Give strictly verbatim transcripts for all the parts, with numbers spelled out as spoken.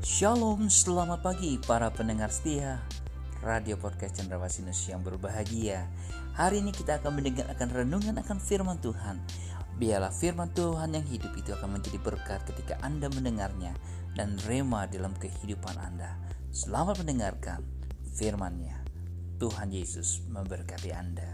Shalom, selamat pagi para pendengar setia Radio Podcast Cenderawasih yang berbahagia. Hari ini kita akan mendengar akan renungan akan firman Tuhan. Biarlah firman Tuhan yang hidup itu akan menjadi berkat ketika Anda mendengarnya dan rema dalam kehidupan Anda. Selamat mendengarkan firman-Nya. Tuhan Yesus memberkati Anda.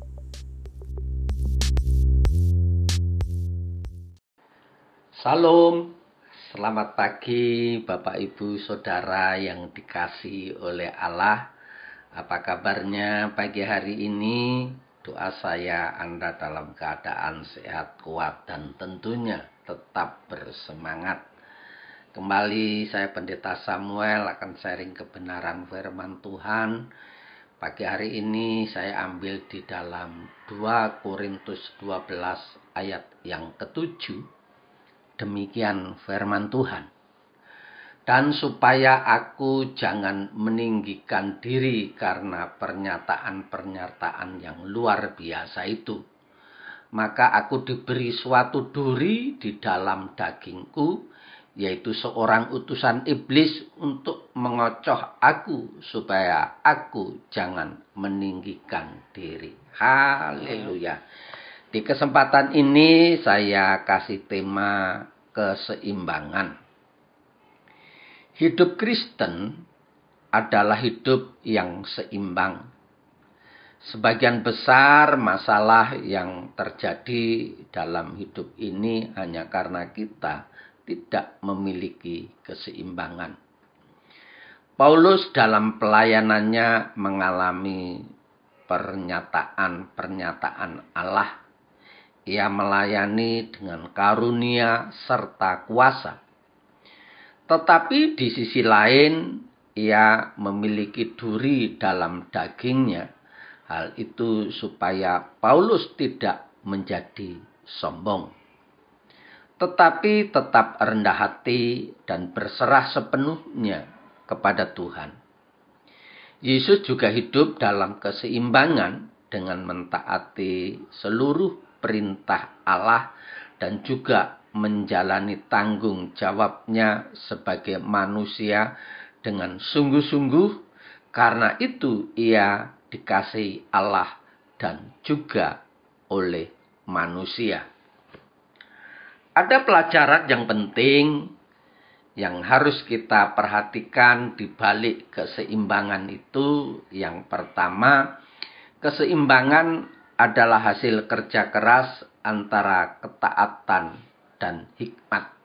Salam, selamat pagi Bapak Ibu Saudara yang dikasihi oleh Allah. Apa kabarnya pagi hari ini? Doa saya Anda dalam keadaan sehat, kuat, dan tentunya tetap bersemangat. Kembali saya Pendeta Samuel akan sharing kebenaran firman Tuhan. Pagi hari ini saya ambil di dalam dua Korintus dua belas ayat yang ketujuh. Demikian firman Tuhan. Dan supaya aku jangan meninggikan diri karena pernyataan-pernyataan yang luar biasa itu, maka aku diberi suatu duri di dalam dagingku, yaitu seorang utusan iblis untuk mengocoh aku supaya aku jangan meninggikan diri. Haleluya. Di kesempatan ini saya kasih tema keseimbangan. Hidup Kristen adalah hidup yang seimbang. Sebagian besar masalah yang terjadi dalam hidup ini hanya karena kita tidak memiliki keseimbangan. Paulus dalam pelayanannya mengalami pernyataan-pernyataan Allah. Ia melayani dengan karunia serta kuasa. Tetapi di sisi lain, ia memiliki duri dalam dagingnya. Hal itu supaya Paulus tidak menjadi sombong, tetapi tetap rendah hati dan berserah sepenuhnya kepada Tuhan. Yesus juga hidup dalam keseimbangan dengan mentaati seluruh perintah Allah dan juga menjalani tanggung jawabnya sebagai manusia dengan sungguh-sungguh. Karena itu ia dikasihi Allah dan juga oleh manusia. Ada pelajaran yang penting yang harus kita perhatikan di balik keseimbangan itu. Yang pertama, keseimbangan adalah hasil kerja keras antara ketaatan dan hikmat.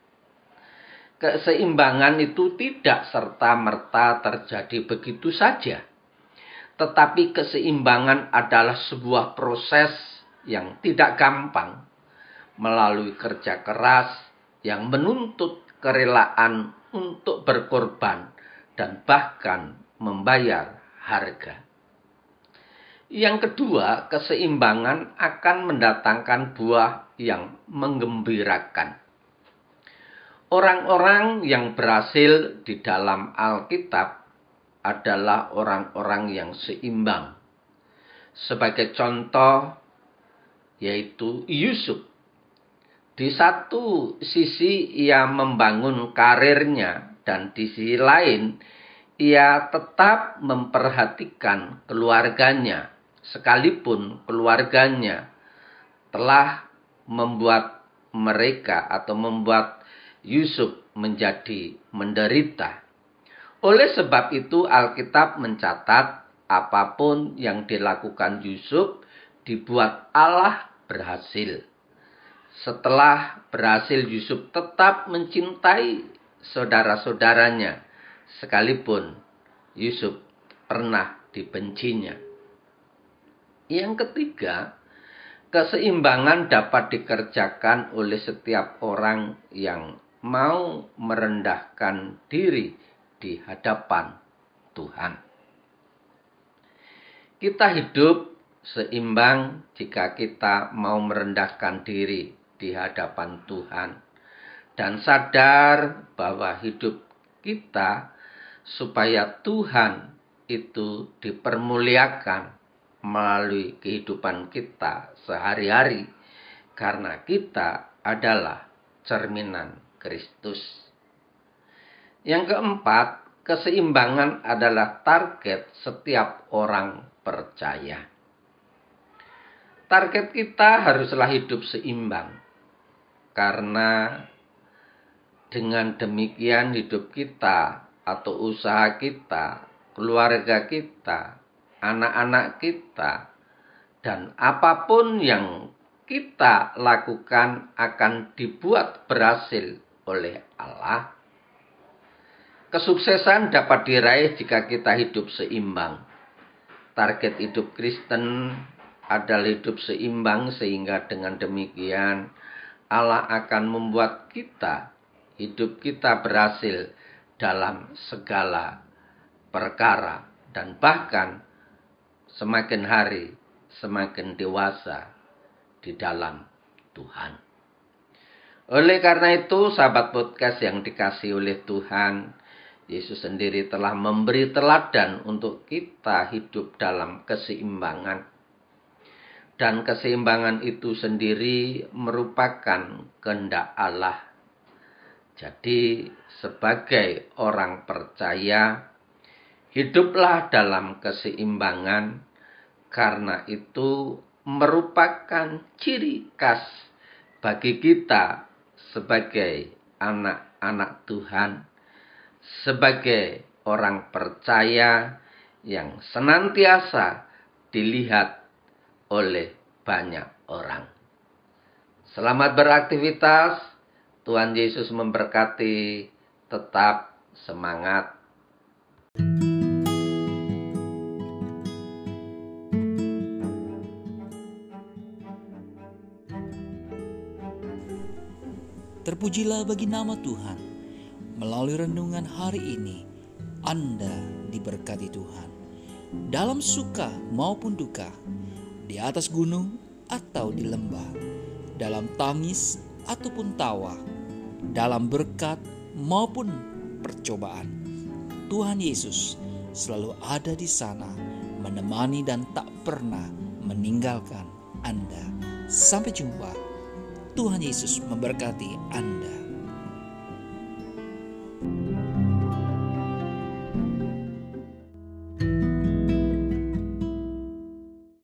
Keseimbangan itu tidak serta-merta terjadi begitu saja. Tetapi keseimbangan adalah sebuah proses yang tidak gampang melalui kerja keras yang menuntut kerelaan untuk berkorban dan bahkan membayar harga. Yang kedua, keseimbangan akan mendatangkan buah yang menggembirakan. Orang-orang yang berhasil di dalam Alkitab adalah orang-orang yang seimbang. Sebagai contoh, yaitu Yusuf. Di satu sisi ia membangun karirnya dan di sisi lain ia tetap memperhatikan keluarganya. Sekalipun keluarganya telah membuat mereka atau membuat Yusuf menjadi menderita. Oleh sebab itu Alkitab mencatat apapun yang dilakukan Yusuf dibuat Allah berhasil. Setelah berhasil, Yusuf tetap mencintai saudara-saudaranya sekalipun Yusuf pernah dibencinya. Yang ketiga, keseimbangan dapat dikerjakan oleh setiap orang yang mau merendahkan diri di hadapan Tuhan. Kita hidup seimbang jika kita mau merendahkan diri di hadapan Tuhan dan sadar bahwa hidup kita supaya Tuhan itu dipermuliakan melalui kehidupan kita sehari-hari, karena kita adalah cerminan Kristus. Yang keempat, keseimbangan adalah target setiap orang percaya. Target kita haruslah hidup seimbang. Karena dengan demikian hidup kita atau usaha kita, keluarga kita, anak-anak kita, dan apapun yang kita lakukan akan dibuat berhasil oleh Allah. Kesuksesan dapat diraih jika kita hidup seimbang. Target hidup Kristen adalah hidup seimbang, sehingga dengan demikian Allah akan membuat kita, hidup kita berhasil dalam segala perkara. Dan bahkan semakin hari semakin dewasa di dalam Tuhan. Oleh karena itu, sahabat podcast yang dikasihi oleh Tuhan, Yesus sendiri telah memberi teladan untuk kita hidup dalam keseimbangan. Dan keseimbangan itu sendiri merupakan kehendak Allah. Jadi sebagai orang percaya, hiduplah dalam keseimbangan, karena itu merupakan ciri khas bagi kita sebagai anak-anak Tuhan, sebagai orang percaya yang senantiasa dilihat oleh banyak orang. Selamat beraktivitas, Tuhan Yesus memberkati, tetap semangat. Terpujilah bagi nama Tuhan. Melalui renungan hari ini, Anda diberkati Tuhan. Dalam suka maupun duka, di atas gunung atau di lembah, dalam tangis ataupun tawa, dalam berkat maupun percobaan, Tuhan Yesus selalu ada di sana, menemani dan tak pernah meninggalkan Anda. Sampai jumpa. Tuhan Yesus memberkati Anda.